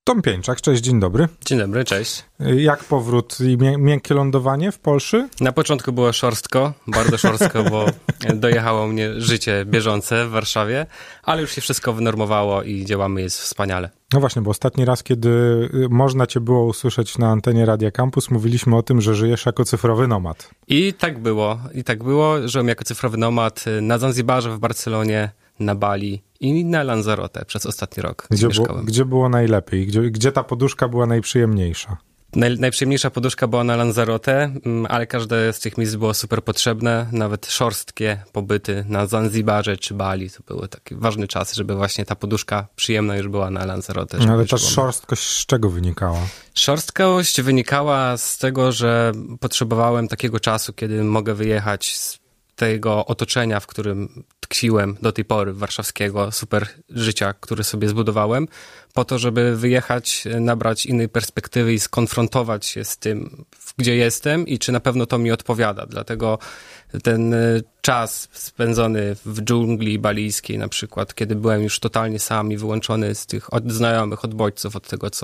Tom Pieńczak, cześć, dzień dobry. Dzień dobry, cześć. Jak powrót i miękkie lądowanie w Polsce? Na początku było szorstko, bardzo szorstko, bo dojechało mnie życie bieżące w Warszawie, ale już się wszystko wynormowało i działamy, jest wspaniale. No właśnie, bo ostatni raz, kiedy można cię było usłyszeć na antenie Radia Campus, mówiliśmy o tym, że żyjesz jako cyfrowy nomad. I tak było. Żyłem jako cyfrowy nomad na Zanzibarze, w Barcelonie, na Bali i na Lanzarote przez ostatni rok. Gdzie było najlepiej? Gdzie ta poduszka była najprzyjemniejsza? Najprzyjemniejsza poduszka była na Lanzarote, ale każde z tych miejsc było super potrzebne. Nawet szorstkie pobyty na Zanzibarze czy Bali to były takie ważne czasy, żeby właśnie ta poduszka przyjemna już była na Lanzarote. No ale ta szorstkość z czego wynikała? Szorstkość wynikała z tego, że potrzebowałem takiego czasu, kiedy mogę wyjechać z tego otoczenia, w którym tkwiłem do tej pory, warszawskiego super życia, które sobie zbudowałem, po to, żeby wyjechać, nabrać innej perspektywy i skonfrontować się z tym, gdzie jestem i czy na pewno to mi odpowiada. Dlatego ten czas spędzony w dżungli balijskiej na przykład, kiedy byłem już totalnie sam i wyłączony z tych znajomych, od bodźców, od tego,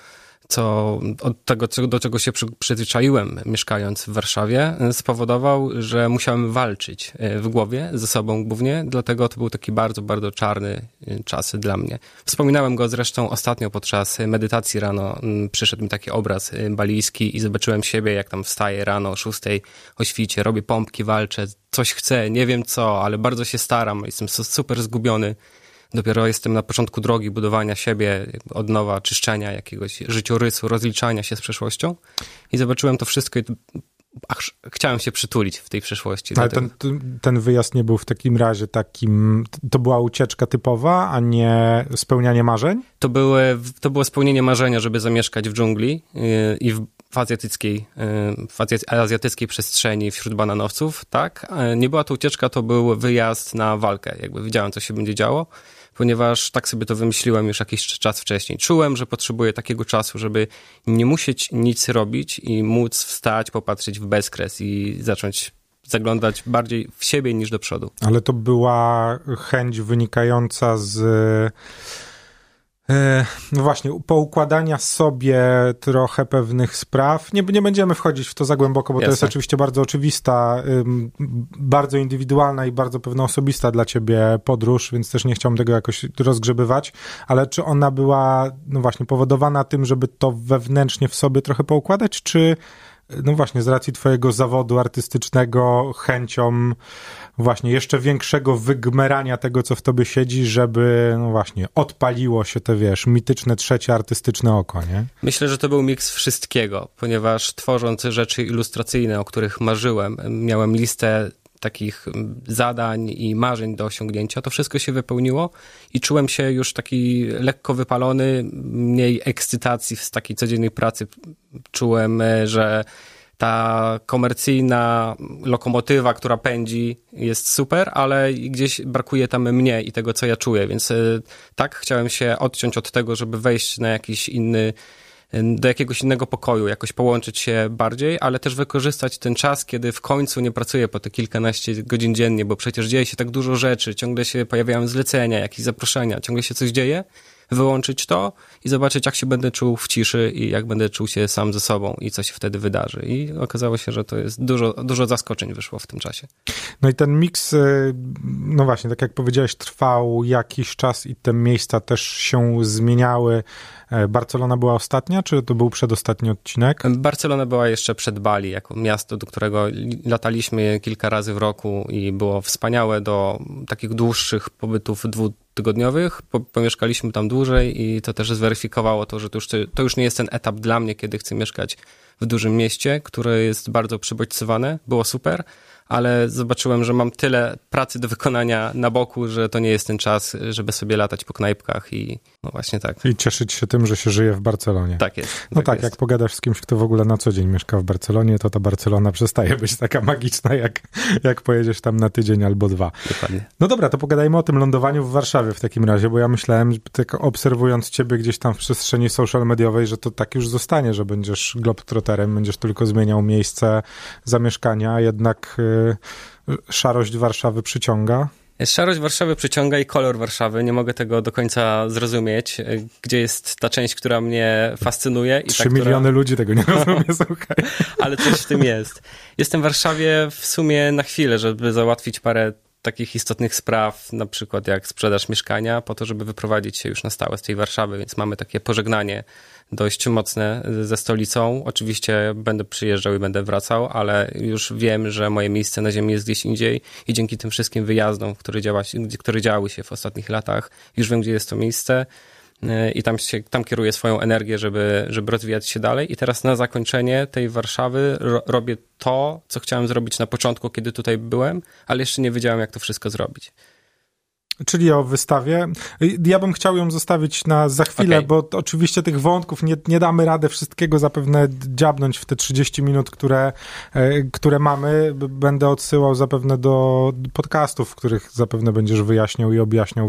do czego się przyzwyczaiłem mieszkając w Warszawie, spowodował, że musiałem walczyć w głowie ze sobą głównie, dlatego to był taki bardzo, bardzo czarny czas dla mnie. Wspominałem go zresztą ostatnio podczas medytacji rano. Przyszedł mi taki obraz balijski i zobaczyłem siebie, jak tam wstaję rano o 6 o świcie, robię pompki, walczę, coś chcę, nie wiem co, ale bardzo się staram, jestem super zgubiony. Dopiero jestem na początku drogi budowania siebie, od nowa, czyszczenia jakiegoś życiorysu, rozliczania się z przeszłością i zobaczyłem to wszystko i chciałem się przytulić w tej przeszłości. Ale ten wyjazd nie był w takim razie to była ucieczka typowa, a nie spełnianie marzeń? To było spełnienie marzenia, żeby zamieszkać w dżungli i w azjatyckiej przestrzeni wśród bananowców, tak. Nie była to ucieczka, to był wyjazd na walkę. Jakby wiedziałem, co się będzie działo, ponieważ tak sobie to wymyśliłem już jakiś czas wcześniej. Czułem, że potrzebuję takiego czasu, żeby nie musieć nic robić i móc wstać, popatrzeć w bezkres i zacząć zaglądać bardziej w siebie niż do przodu. Ale to była chęć wynikająca z no właśnie, poukładania sobie trochę pewnych spraw. Nie będziemy wchodzić w to za głęboko, bo to jest oczywiście bardzo oczywista, bardzo indywidualna i bardzo pewno osobista dla ciebie podróż, więc też nie chciałbym tego jakoś rozgrzebywać, ale czy ona była, no właśnie, powodowana tym, żeby to wewnętrznie w sobie trochę poukładać, czy no właśnie z racji twojego zawodu artystycznego chęcią właśnie jeszcze większego wygmerania tego, co w tobie siedzi, żeby no właśnie odpaliło się te, mityczne trzecie artystyczne oko, nie? Myślę, że to był miks wszystkiego, ponieważ tworząc rzeczy ilustracyjne, o których marzyłem, miałem listę takich zadań i marzeń do osiągnięcia, to wszystko się wypełniło i czułem się już taki lekko wypalony, mniej ekscytacji z takiej codziennej pracy. Czułem, że ta komercyjna lokomotywa, która pędzi, jest super, ale gdzieś brakuje tam mnie i tego, co ja czuję, więc tak chciałem się odciąć od tego, żeby wejść na do jakiegoś innego pokoju, jakoś połączyć się bardziej, ale też wykorzystać ten czas, kiedy w końcu nie pracuję po te kilkanaście godzin dziennie, bo przecież dzieje się tak dużo rzeczy, ciągle się pojawiają zlecenia, jakieś zaproszenia, ciągle się coś dzieje, wyłączyć to i zobaczyć, jak się będę czuł w ciszy i jak będę czuł się sam ze sobą i co się wtedy wydarzy. I okazało się, że to jest dużo zaskoczeń wyszło w tym czasie. No i ten miks, no właśnie, tak jak powiedziałeś, trwał jakiś czas i te miejsca też się zmieniały. Barcelona była ostatnia, czy to był przedostatni odcinek? Barcelona była jeszcze przed Bali, jako miasto, do którego lataliśmy kilka razy w roku i było wspaniałe do takich dłuższych pobytów dwutygodniowych. Pomieszkaliśmy tam dłużej i to też zweryfikowało to, że to już nie jest ten etap dla mnie, kiedy chcę mieszkać w dużym mieście, które jest bardzo przybodźcowane. Było super, ale zobaczyłem, że mam tyle pracy do wykonania na boku, że to nie jest ten czas, żeby sobie latać po knajpkach i no właśnie tak. I cieszyć się tym, że się żyje w Barcelonie. Tak jest. No tak, jak pogadasz z kimś, kto w ogóle na co dzień mieszka w Barcelonie, to ta Barcelona przestaje być taka magiczna, jak pojedziesz tam na tydzień albo 2. Dokładnie. No dobra, to pogadajmy o tym lądowaniu w Warszawie w takim razie, bo ja myślałem, tak obserwując ciebie gdzieś tam w przestrzeni social mediowej, że to tak już zostanie, że będziesz globetrotterem, będziesz tylko zmieniał miejsce zamieszkania, a jednak szarość Warszawy przyciąga. Szarość Warszawy przyciąga i kolor Warszawy. Nie mogę tego do końca zrozumieć, gdzie jest ta część, która mnie fascynuje. 3 miliony ludzi tego nie rozumie, słuchaj. Ale coś w tym jest. Jestem w Warszawie w sumie na chwilę, żeby załatwić parę takich istotnych spraw, na przykład jak sprzedaż mieszkania, po to, żeby wyprowadzić się już na stałe z tej Warszawy, więc mamy takie pożegnanie dość mocne ze stolicą. Oczywiście będę przyjeżdżał i będę wracał, ale już wiem, że moje miejsce na ziemi jest gdzieś indziej i dzięki tym wszystkim wyjazdom, które działy się w ostatnich latach, już wiem, gdzie jest to miejsce i tam kieruję swoją energię, żeby rozwijać się dalej. I teraz na zakończenie tej Warszawy robię to, co chciałem zrobić na początku, kiedy tutaj byłem, ale jeszcze nie wiedziałem, jak to wszystko zrobić. Czyli o wystawie. Ja bym chciał ją zostawić na za chwilę, bo oczywiście tych wątków nie damy rady wszystkiego zapewne dziabnąć w te 30 minut, które mamy. Będę odsyłał zapewne do podcastów, w których zapewne będziesz wyjaśniał i objaśniał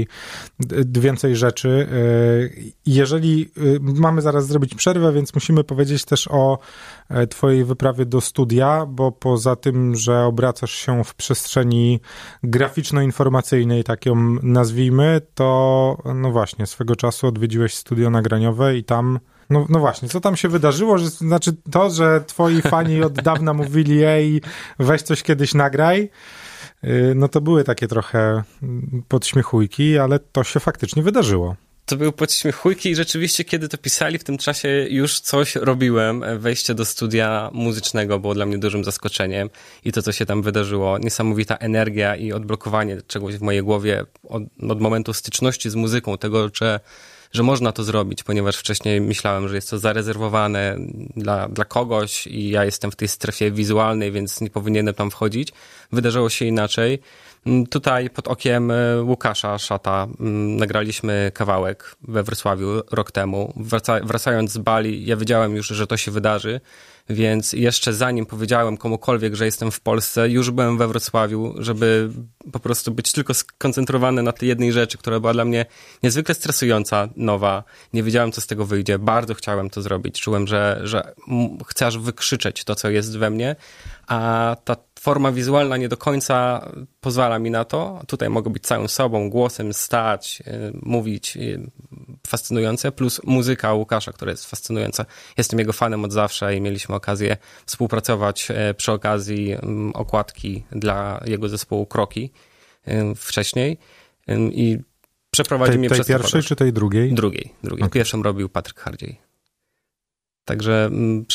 więcej rzeczy. Jeżeli mamy zaraz zrobić przerwę, więc musimy powiedzieć też o twojej wyprawie do studia, bo poza tym, że obracasz się w przestrzeni graficzno-informacyjnej, tak ją nazwijmy, to no właśnie, swego czasu odwiedziłeś studio nagraniowe i tam, no właśnie, co tam się wydarzyło? Znaczy to, że twoi fani od dawna mówili, ej, weź coś kiedyś nagraj, no to były takie trochę podśmiechujki, ale to się faktycznie wydarzyło. To były podśmiechujki i rzeczywiście, kiedy to pisali, w tym czasie już coś robiłem. Wejście do studia muzycznego było dla mnie dużym zaskoczeniem i to, co się tam wydarzyło, niesamowita energia i odblokowanie czegoś w mojej głowie od momentu styczności z muzyką, tego, że można to zrobić, ponieważ wcześniej myślałem, że jest to zarezerwowane dla kogoś i ja jestem w tej strefie wizualnej, więc nie powinienem tam wchodzić. Wydarzyło się inaczej. Tutaj pod okiem Łukasza Szata nagraliśmy kawałek we Wrocławiu rok temu. Wracając z Bali, ja wiedziałem już, że to się wydarzy, więc jeszcze zanim powiedziałem komukolwiek, że jestem w Polsce, już byłem we Wrocławiu, żeby po prostu być tylko skoncentrowany na tej jednej rzeczy, która była dla mnie niezwykle stresująca, nowa. Nie wiedziałem, co z tego wyjdzie. Bardzo chciałem to zrobić. Czułem, że chcę aż wykrzyczeć to, co jest we mnie, a ta forma wizualna nie do końca pozwala mi na to. Tutaj mogę być całym sobą, głosem stać, mówić, fascynujące, plus muzyka Łukasza, która jest fascynująca. Jestem jego fanem od zawsze i mieliśmy okazję współpracować przy okazji okładki dla jego zespołu Kroki wcześniej i przeprowadził mnie przez tej pierwszej czy tej drugiej? Drugiej. Okay. Pierwszą robił Patryk Hardziej. Także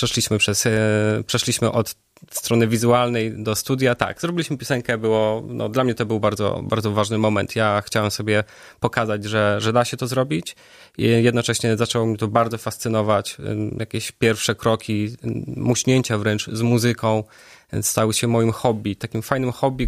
przeszliśmy od strony wizualnej do studia. Tak, zrobiliśmy piosenkę, dla mnie to był bardzo, bardzo ważny moment. Ja chciałem sobie pokazać, że da się to zrobić i jednocześnie zaczęło mnie to bardzo fascynować. Jakieś pierwsze kroki, muśnięcia wręcz z muzyką stały się moim hobby. Takim fajnym hobby,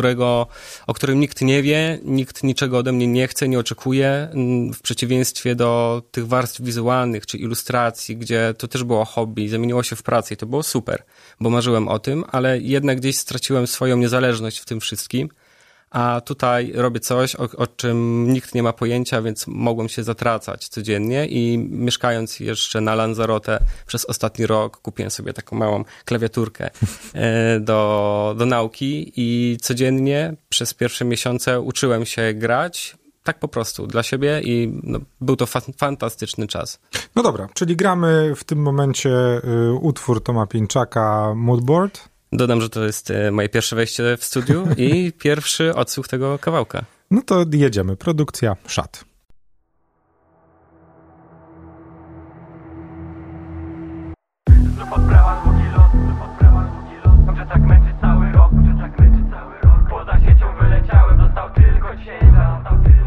o którym nikt nie wie, nikt niczego ode mnie nie chce, nie oczekuje, w przeciwieństwie do tych warstw wizualnych czy ilustracji, gdzie to też było hobby, zamieniło się w pracę i to było super, bo marzyłem o tym, ale jednak gdzieś straciłem swoją niezależność w tym wszystkim, a tutaj robię coś, o czym nikt nie ma pojęcia, więc mogłem się zatracać codziennie i mieszkając jeszcze na Lanzarote przez ostatni rok kupiłem sobie taką małą klawiaturkę do nauki i codziennie przez pierwsze miesiące uczyłem się grać tak po prostu dla siebie i był to fantastyczny czas. No dobra, czyli gramy w tym momencie utwór Toma Pieńczaka Moodboard. Dodam, że to jest moje pierwsze wejście w studiu i pierwszy odsłuch tego kawałka. No to jedziemy. Produkcja Szat. Znów odprawa długi lot, że tak męczy cały rok, Poza siecią wyleciałem, został tylko ciężar,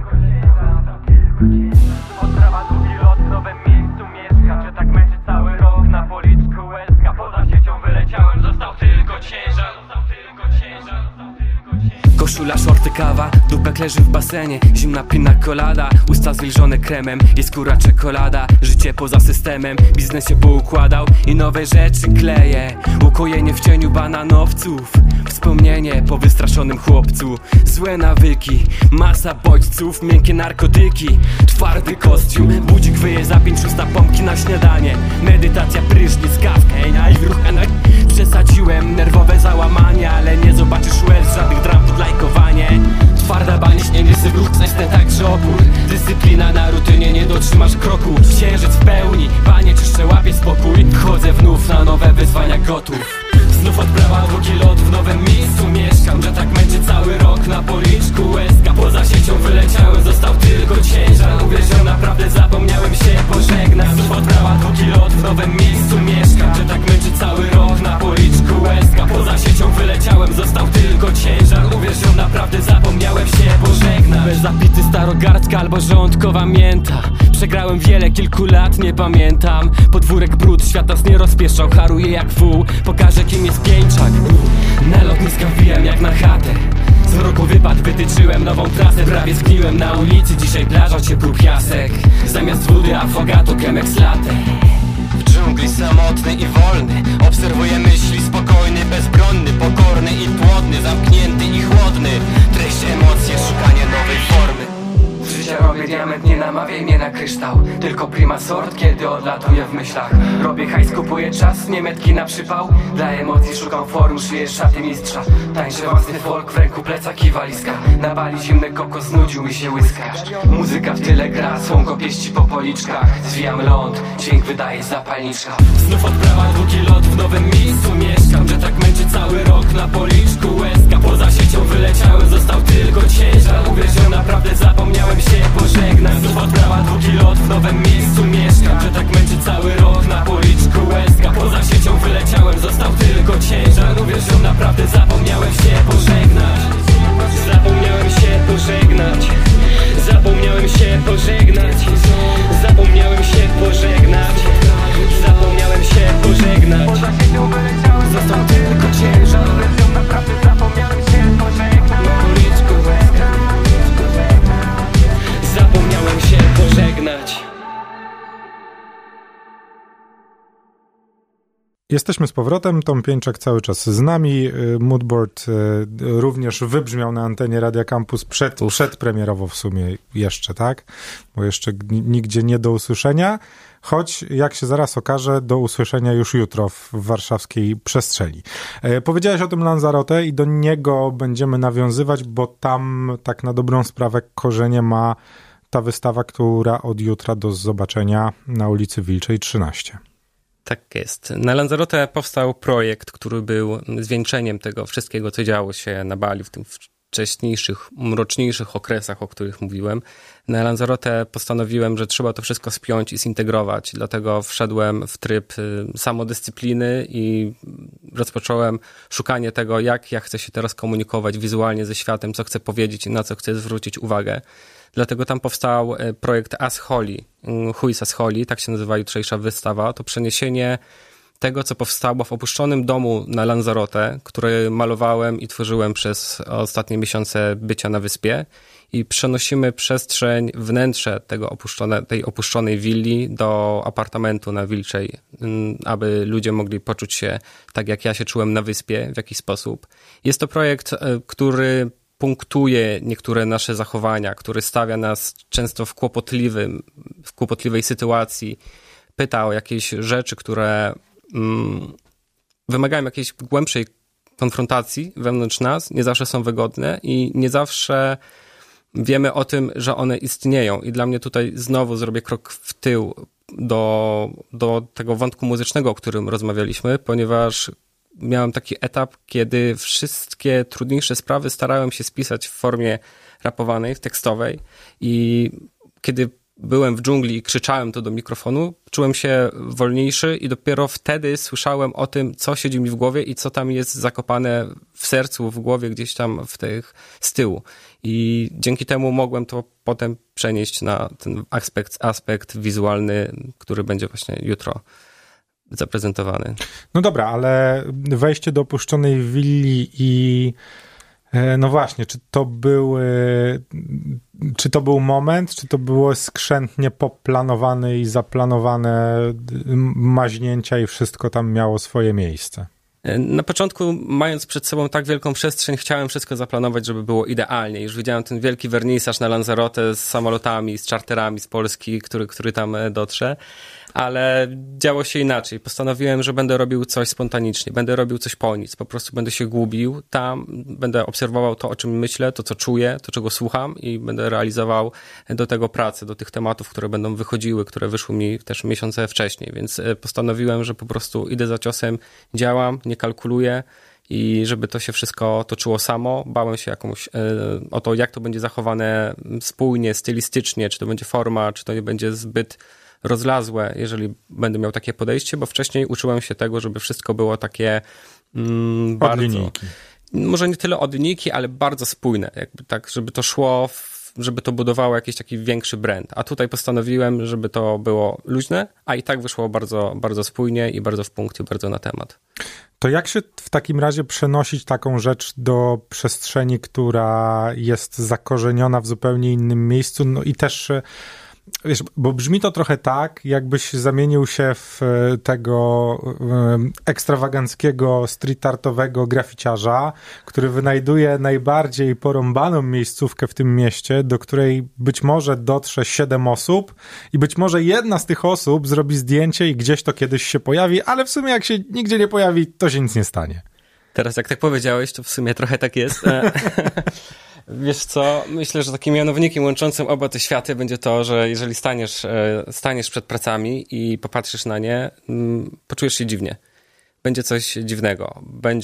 Odprawa długi lot, w nowym miejscu mieszkam, że tak męczy cały rok, na policzku łezka. Poza siecią wyleciałem, został tylko ciężar. Koszula, shorty, kawa, dupek leży w basenie. Zimna pina colada, usta zwilżone kremem. Jest skóra, czekolada, życie poza systemem. Biznes się poukładał i nowe rzeczy kleje. Ukojenie w cieniu bananowców, wspomnienie po wystraszonym chłopcu. Złe nawyki, masa bodźców, miękkie narkotyki. Twardy kostium, budzik wyje za 5-6 pompki na śniadanie. Medytacja, prysznic, kawka, przesadziłem nerwowe załamanie, ale nie zobaczysz łez, żadnych dram pod lajkowanie. Dyscyplina na rutynie, nie dotrzymasz kroku. Księżyc w pełni, panie czyszczę, łapię spokój. Wchodzę wnów na nowe wyzwania, gotów. Znów odprawa, długi lot, w nowym miejscu mieszkam. Że tak męczy cały rok, na policzku łezka. Poza siecią wyleciałem, został tylko ciężar. Uwierz, że naprawdę zapomniałem się pożegnać. Znów odprawa, długi lot, w nowym miejscu mieszkam. Że tak męczy cały rok, na policzku łezka. Poza siecią wyleciałem, został tylko ciężar. Uwierz, że naprawdę zapomniałem się pożegnać. Bez zapity starogardzka albo żołądkowa mięta. Przegrałem wiele, kilku lat nie pamiętam. Podwórek brud, świat nas nie rozpieszczał. Haruję jak wół, pokażę kim jest Pieńczak. Na lotniska wbijam jak na chatę. Z mroku wypad wytyczyłem nową trasę. Prawie zgniłem na ulicy, dzisiaj plaża, ciepły piasek. Zamiast wody affogato, Chemex latte. W dżungli samotny i wolny obserwuję myśli, spokojny, bezbronny, pokorny i płodny, zamknięty i chłodny. Treść, emocje, szukanie nowej formy. Z życia robię diament, nie namawiaj mnie na kryształ. Tylko prima sort, kiedy odlatuję w myślach. Robię hajs, kupuję czas, nie metki na przypał. Dla emocji szukam form, szyję szaty mistrza. Tańczę własny folk, w ręku plecak i walizka. Na bali zimny kokos, znudził mi się łyskacz. Muzyka w tyle gra, słonko pieści po policzkach. Zwijam ląd, dźwięk wydaje zapalniczka. Znów odprawa, długi lot, w nowym miejscu mieszkam. Że tak męczy cały rok, na policzku łezka. Poza siecią wyleciałem, został tylko ciężar. Uwierz, że naprawdę zapomniałem się pożegnać. Znów odprawa, długi lot, w nowym miejscu mieszkam. Że tak męczy cały rok, na policzku łezka. Poza siecią wyleciałem, został tylko ciężar. Uwierz, że naprawdę zapomniałem się pożegnać. Zapomniałem się pożegnać. Zapomniałem się pożegnać. Zapomniałem się pożegnać. Zapomniałem się pożegnać. Został tylko ciężar. Naprawdę zapomniałem się pożegnać. Na policzku łezka. Zapomniałem się pożegnać. Jesteśmy z powrotem, Tom Pieńczak cały czas z nami. Moodboard również wybrzmiał na antenie Radia Campus przedpremierowo w sumie jeszcze, tak? Bo jeszcze nigdzie nie do usłyszenia, choć jak się zaraz okaże, do usłyszenia już jutro w warszawskiej przestrzeni. Powiedziałeś o tym Lanzarote i do niego będziemy nawiązywać, bo tam tak na dobrą sprawę korzenie ma ta wystawa, która od jutra do zobaczenia na ulicy Wilczej 13. Tak jest. Na Lanzarote powstał projekt, który był zwieńczeniem tego wszystkiego, co działo się na Bali w tym wcześniejszych, mroczniejszych okresach, o których mówiłem. Na Lanzarote postanowiłem, że trzeba to wszystko spiąć i zintegrować. Dlatego wszedłem w tryb samodyscypliny i rozpocząłem szukanie tego, jak ja chcę się teraz komunikować wizualnie ze światem, co chcę powiedzieć i na co chcę zwrócić uwagę. Dlatego tam powstał projekt As Holy, Who is As Holy, tak się nazywa jutrzejsza wystawa. To przeniesienie tego, co powstało w opuszczonym domu na Lanzarote, który malowałem i tworzyłem przez ostatnie miesiące bycia na wyspie. I przenosimy przestrzeń, wnętrze tej opuszczonej willi do apartamentu na Wilczej, aby ludzie mogli poczuć się tak, jak ja się czułem na wyspie w jakiś sposób. Jest to projekt, który punktuje niektóre nasze zachowania, który stawia nas często w kłopotliwej sytuacji, pyta o jakieś rzeczy, które wymagają jakiejś głębszej konfrontacji wewnątrz nas, nie zawsze są wygodne i nie zawsze wiemy o tym, że one istnieją. I dla mnie tutaj znowu zrobię krok w tył do tego wątku muzycznego, o którym rozmawialiśmy, ponieważ miałem taki etap, kiedy wszystkie trudniejsze sprawy starałem się spisać w formie rapowanej, tekstowej i kiedy byłem w dżungli i krzyczałem to do mikrofonu, czułem się wolniejszy i dopiero wtedy słyszałem o tym, co siedzi mi w głowie i co tam jest zakopane w sercu, w głowie, gdzieś tam z tyłu. I dzięki temu mogłem to potem przenieść na ten aspekt wizualny, który będzie właśnie jutro zaprezentowany. No dobra, ale wejście do opuszczonej willi i no właśnie, czy to był moment, czy to było skrzętnie poplanowane i zaplanowane maźnięcia i wszystko tam miało swoje miejsce? Na początku, mając przed sobą tak wielką przestrzeń, chciałem wszystko zaplanować, żeby było idealnie. Już widziałem ten wielki wernisaż na Lanzarote z samolotami, z czarterami z Polski, który tam dotrze. ale działo się inaczej. Postanowiłem, że będę robił coś spontanicznie, będę robił coś po nic, po prostu będę się gubił tam, będę obserwował to, o czym myślę, to, co czuję, to, czego słucham i będę realizował do tego pracę, do tych tematów, które będą wychodziły, które wyszły mi też miesiące wcześniej, więc postanowiłem, że po prostu idę za ciosem, działam, nie kalkuluję i żeby to się wszystko toczyło samo. Bałem się o to, jak to będzie zachowane spójnie, stylistycznie, czy to będzie forma, czy to nie będzie zbyt rozlazłe, jeżeli będę miał takie podejście, bo wcześniej uczyłem się tego, żeby wszystko było takie bardzo... Od linijki. Może nie tyle od linijki, ale bardzo spójne. Jakby tak, żeby to szło, żeby to budowało jakiś taki większy brand. A tutaj postanowiłem, żeby to było luźne, a i tak wyszło bardzo, bardzo spójnie i bardzo w punkcie, bardzo na temat. To jak się w takim razie przenosić taką rzecz do przestrzeni, która jest zakorzeniona w zupełnie innym miejscu, no i też... Wiesz, bo brzmi to trochę tak, jakbyś zamienił się w tego ekstrawaganckiego, street artowego graficiarza, który wynajduje najbardziej porąbaną miejscówkę w tym mieście, do której być może dotrze 7 osób i być może jedna z tych osób zrobi zdjęcie i gdzieś to kiedyś się pojawi, ale w sumie jak się nigdzie nie pojawi, to się nic nie stanie. Teraz jak tak powiedziałeś, to w sumie trochę tak jest. Wiesz co, myślę, że takim mianownikiem łączącym oba te światy będzie to, że jeżeli staniesz przed pracami i popatrzysz na nie, poczujesz się dziwnie. Będzie coś dziwnego.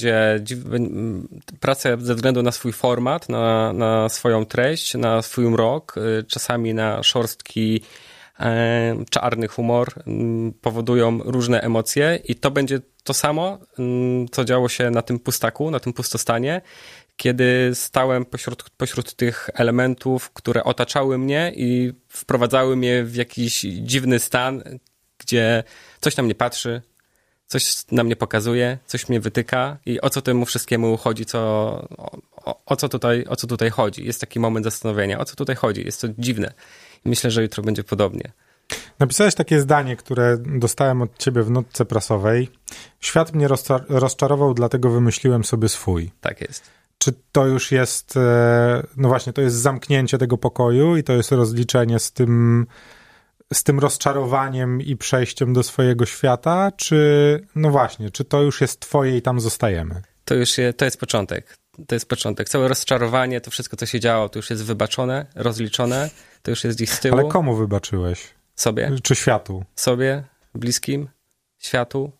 Praca ze względu na swój format, na swoją treść, na swój mrok, czasami na szorstki, czarny humor, powodują różne emocje i to będzie to samo, co działo się na tym pustaku, na tym pustostanie, kiedy stałem pośród tych elementów, które otaczały mnie i wprowadzały mnie w jakiś dziwny stan, gdzie coś na mnie patrzy, coś na mnie pokazuje, coś mnie wytyka i o co temu wszystkiemu chodzi, o co tutaj chodzi. Jest taki moment zastanowienia, o co tutaj chodzi, jest to dziwne. I myślę, że jutro będzie podobnie. Napisałeś takie zdanie, które dostałem od ciebie w notce prasowej. Świat mnie rozczarował, dlatego wymyśliłem sobie swój. Tak jest. Czy to już jest, no właśnie, to jest zamknięcie tego pokoju i to jest rozliczenie z tym rozczarowaniem i przejściem do swojego świata, czy, no właśnie, czy to już jest twoje i tam zostajemy? To jest początek. To jest początek. Całe rozczarowanie, to wszystko, co się działo, to już jest wybaczone, rozliczone, to już jest gdzieś z tyłu. Ale komu wybaczyłeś? Sobie. Czy światu? Sobie, bliskim, światu.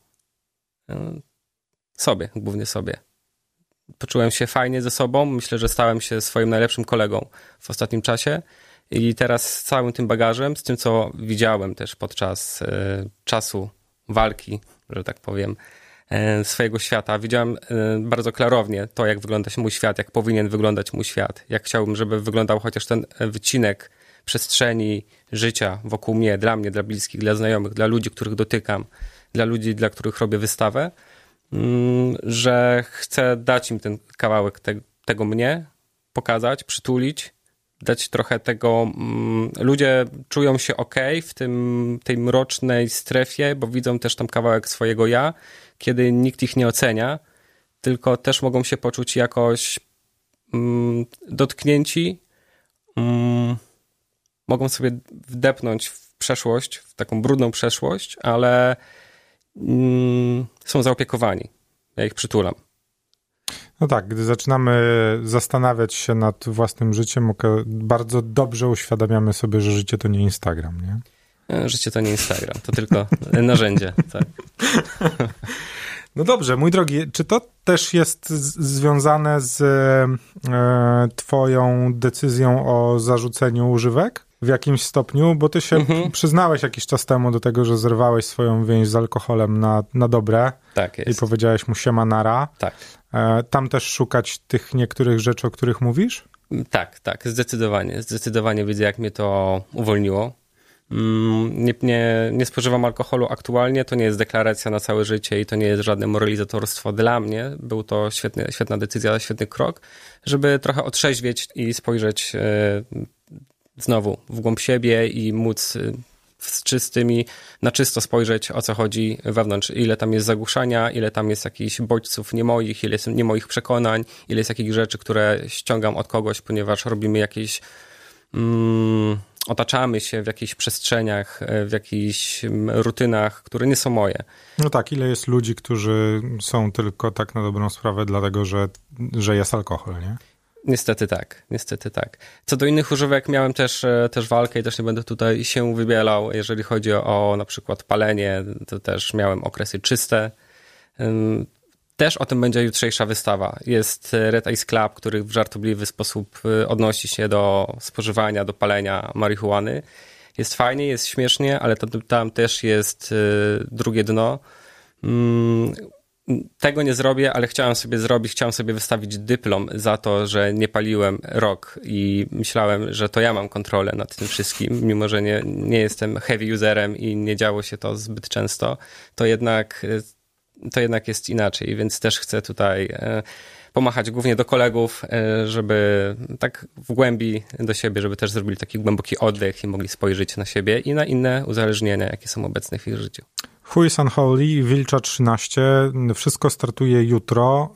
Sobie, głównie sobie. Poczułem się fajnie ze sobą. Myślę, że stałem się swoim najlepszym kolegą w ostatnim czasie. I teraz z całym tym bagażem, z tym, co widziałem też podczas czasu walki, że tak powiem, swojego świata, widziałem bardzo klarownie to, jak wygląda mój świat, jak powinien wyglądać mój świat. Jak chciałbym, żeby wyglądał chociaż ten wycinek przestrzeni życia wokół mnie, dla bliskich, dla znajomych, dla ludzi, których dotykam, dla ludzi, dla których robię wystawę, że chcę dać im ten kawałek tego mnie, pokazać, przytulić, dać trochę tego. Ludzie czują się okej w tej mrocznej strefie, bo widzą też tam kawałek swojego ja, kiedy nikt ich nie ocenia, tylko też mogą się poczuć jakoś dotknięci, mogą sobie wdepnąć w przeszłość, w taką brudną przeszłość, ale są zaopiekowani. Ja ich przytulam. No tak, gdy zaczynamy zastanawiać się nad własnym życiem, bardzo dobrze uświadamiamy sobie, że życie to nie Instagram, nie? Życie to nie Instagram, to tylko narzędzie. Tak. No dobrze, mój drogi, czy to też jest związane z twoją decyzją o zarzuceniu używek w jakimś stopniu? Bo ty się przyznałeś jakiś czas temu do tego, że zerwałeś swoją więź z alkoholem na dobre. Tak jest. I powiedziałeś mu siema nara. Tak. Tam też szukać tych niektórych rzeczy, o których mówisz? Tak, zdecydowanie. Zdecydowanie widzę, jak mnie to uwolniło. Nie spożywam alkoholu aktualnie, to nie jest deklaracja na całe życie i to nie jest żadne moralizatorstwo dla mnie. Był to świetna decyzja, świetny krok, żeby trochę otrzeźwieć i spojrzeć znowu w głąb siebie i móc na czysto spojrzeć, o co chodzi wewnątrz, ile tam jest zagłuszania, ile tam jest jakichś bodźców nie moich, ile jest nie moich przekonań, ile jest jakichś rzeczy, które ściągam od kogoś, ponieważ robimy jakieś otaczamy się w jakichś przestrzeniach, w jakichś rutynach, które nie są moje. No tak, ile jest ludzi, którzy są tylko tak na dobrą sprawę, dlatego że jest alkohol, nie? Niestety tak. Co do innych używek, miałem też walkę i też nie będę tutaj się wybielał. Jeżeli chodzi o na przykład palenie, to też miałem okresy czyste. Też o tym będzie jutrzejsza wystawa. Jest Red Ice Club, który w żartobliwy sposób odnosi się do spożywania, do palenia marihuany. Jest fajnie, jest śmiesznie, ale tam też jest drugie dno. Tego nie zrobię, ale chciałem sobie wystawić dyplom za to, że nie paliłem rok i myślałem, że to ja mam kontrolę nad tym wszystkim, mimo że nie jestem heavy userem i nie działo się to zbyt często, to jednak jest inaczej, więc też chcę tutaj pomachać głównie do kolegów, żeby tak w głębi do siebie, żeby też zrobili taki głęboki oddech i mogli spojrzeć na siebie i na inne uzależnienia, jakie są obecne w ich życiu. Who is Unholy, Wilcza 13, wszystko startuje jutro.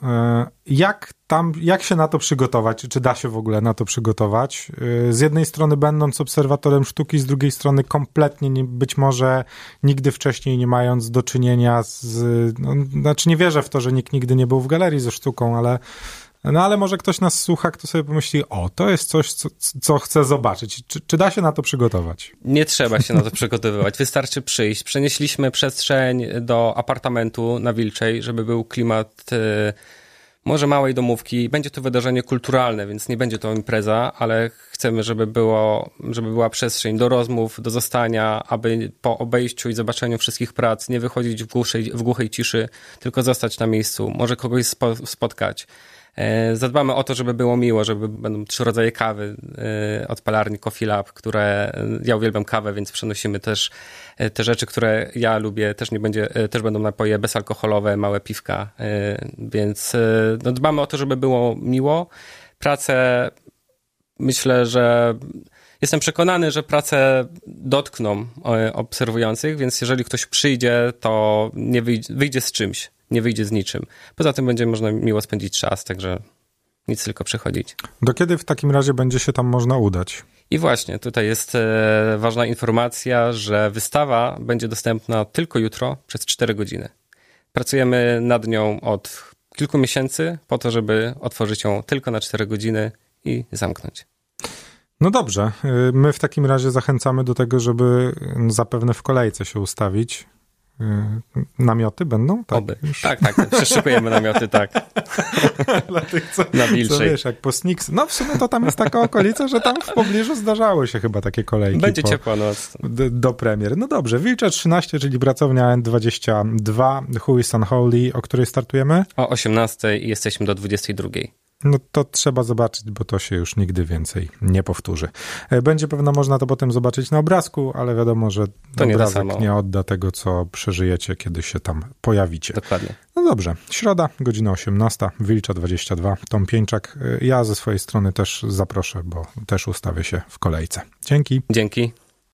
Jak się na to przygotować? Czy da się w ogóle na to przygotować? Z jednej strony będąc obserwatorem sztuki, z drugiej strony kompletnie być może nigdy wcześniej nie mając do czynienia znaczy nie wierzę w to, że nikt nigdy nie był w galerii ze sztuką, ale może ktoś nas słucha, kto sobie pomyśli, to jest coś, co chcę zobaczyć. Czy da się na to przygotować? Nie trzeba się na to przygotowywać. Wystarczy przyjść. Przenieśliśmy przestrzeń do apartamentu na Wilczej, żeby był klimat może małej domówki. Będzie to wydarzenie kulturalne, więc nie będzie to impreza, ale chcemy, żeby była przestrzeń do rozmów, do zostania, aby po obejściu i zobaczeniu wszystkich prac nie wychodzić w głuchej ciszy, tylko zostać na miejscu, może kogoś spotkać. Zadbamy o to, żeby było miło, będą 3 rodzaje kawy od palarni Coffee Lab, ja uwielbiam kawę, więc przenosimy też te rzeczy, które ja lubię, też będą napoje bezalkoholowe, małe piwka, więc dbamy o to, żeby było miło. Pracę, myślę, że jestem przekonany, że pracę dotkną obserwujących, więc jeżeli ktoś przyjdzie, to nie wyjdzie z czymś. Nie wyjdzie z niczym. Poza tym będzie można miło spędzić czas, także nic, tylko przychodzić. Do kiedy w takim razie będzie się tam można udać? I właśnie, tutaj jest ważna informacja, że wystawa będzie dostępna tylko jutro przez 4 godziny. Pracujemy nad nią od kilku miesięcy po to, żeby otworzyć ją tylko na 4 godziny i zamknąć. No dobrze, my w takim razie zachęcamy do tego, żeby zapewne w kolejce się ustawić. Namioty będą? Tak, oby. Tak, przeszykujemy namioty, tak. Dla tych, co, na Wilczej. Co wiesz, jak po Sniks. No w sumie to tam jest taka okolica, że tam w pobliżu zdarzały się chyba takie kolejki. Będzie ciepła noc. Do premier. No dobrze, Wilcza 13, czyli pracownia N22, Who is Unholy, o której startujemy? O 18 i jesteśmy do 22. No to trzeba zobaczyć, bo to się już nigdy więcej nie powtórzy. Będzie pewno można to potem zobaczyć na obrazku, ale wiadomo, że to obrazek nie odda tego, co przeżyjecie, kiedy się tam pojawicie. Dokładnie. No dobrze, środa, godzina 18, Wilcza 22, Tom Pieńczak. Ja ze swojej strony też zaproszę, bo też ustawię się w kolejce. Dzięki. Dzięki.